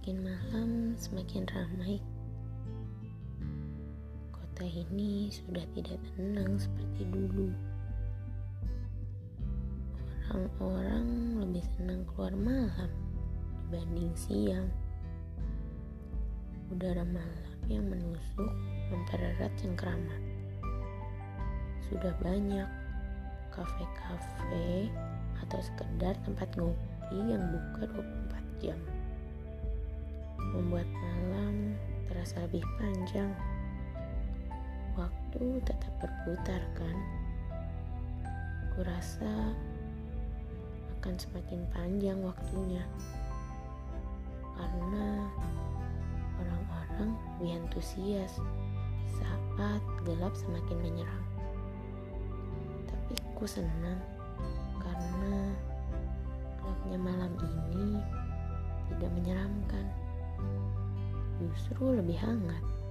Semakin malam, semakin ramai. Kota ini sudah tidak tenang seperti dulu. Orang-orang lebih senang keluar malam dibanding siang. Udara malam yang menusuk mempererat cengkrama. Sudah banyak kafe-kafe atau sekedar tempat ngopi yang buka 24 jam. Membuat malam terasa lebih panjang. Waktu tetap berputar kan? Kurasa akan semakin panjang waktunya. Karena orang-orang lebih antusias saat gelap semakin menyerang. Tapi ku senang karena gelapnya malam ini tidak menyeramkan. Justru lebih hangat.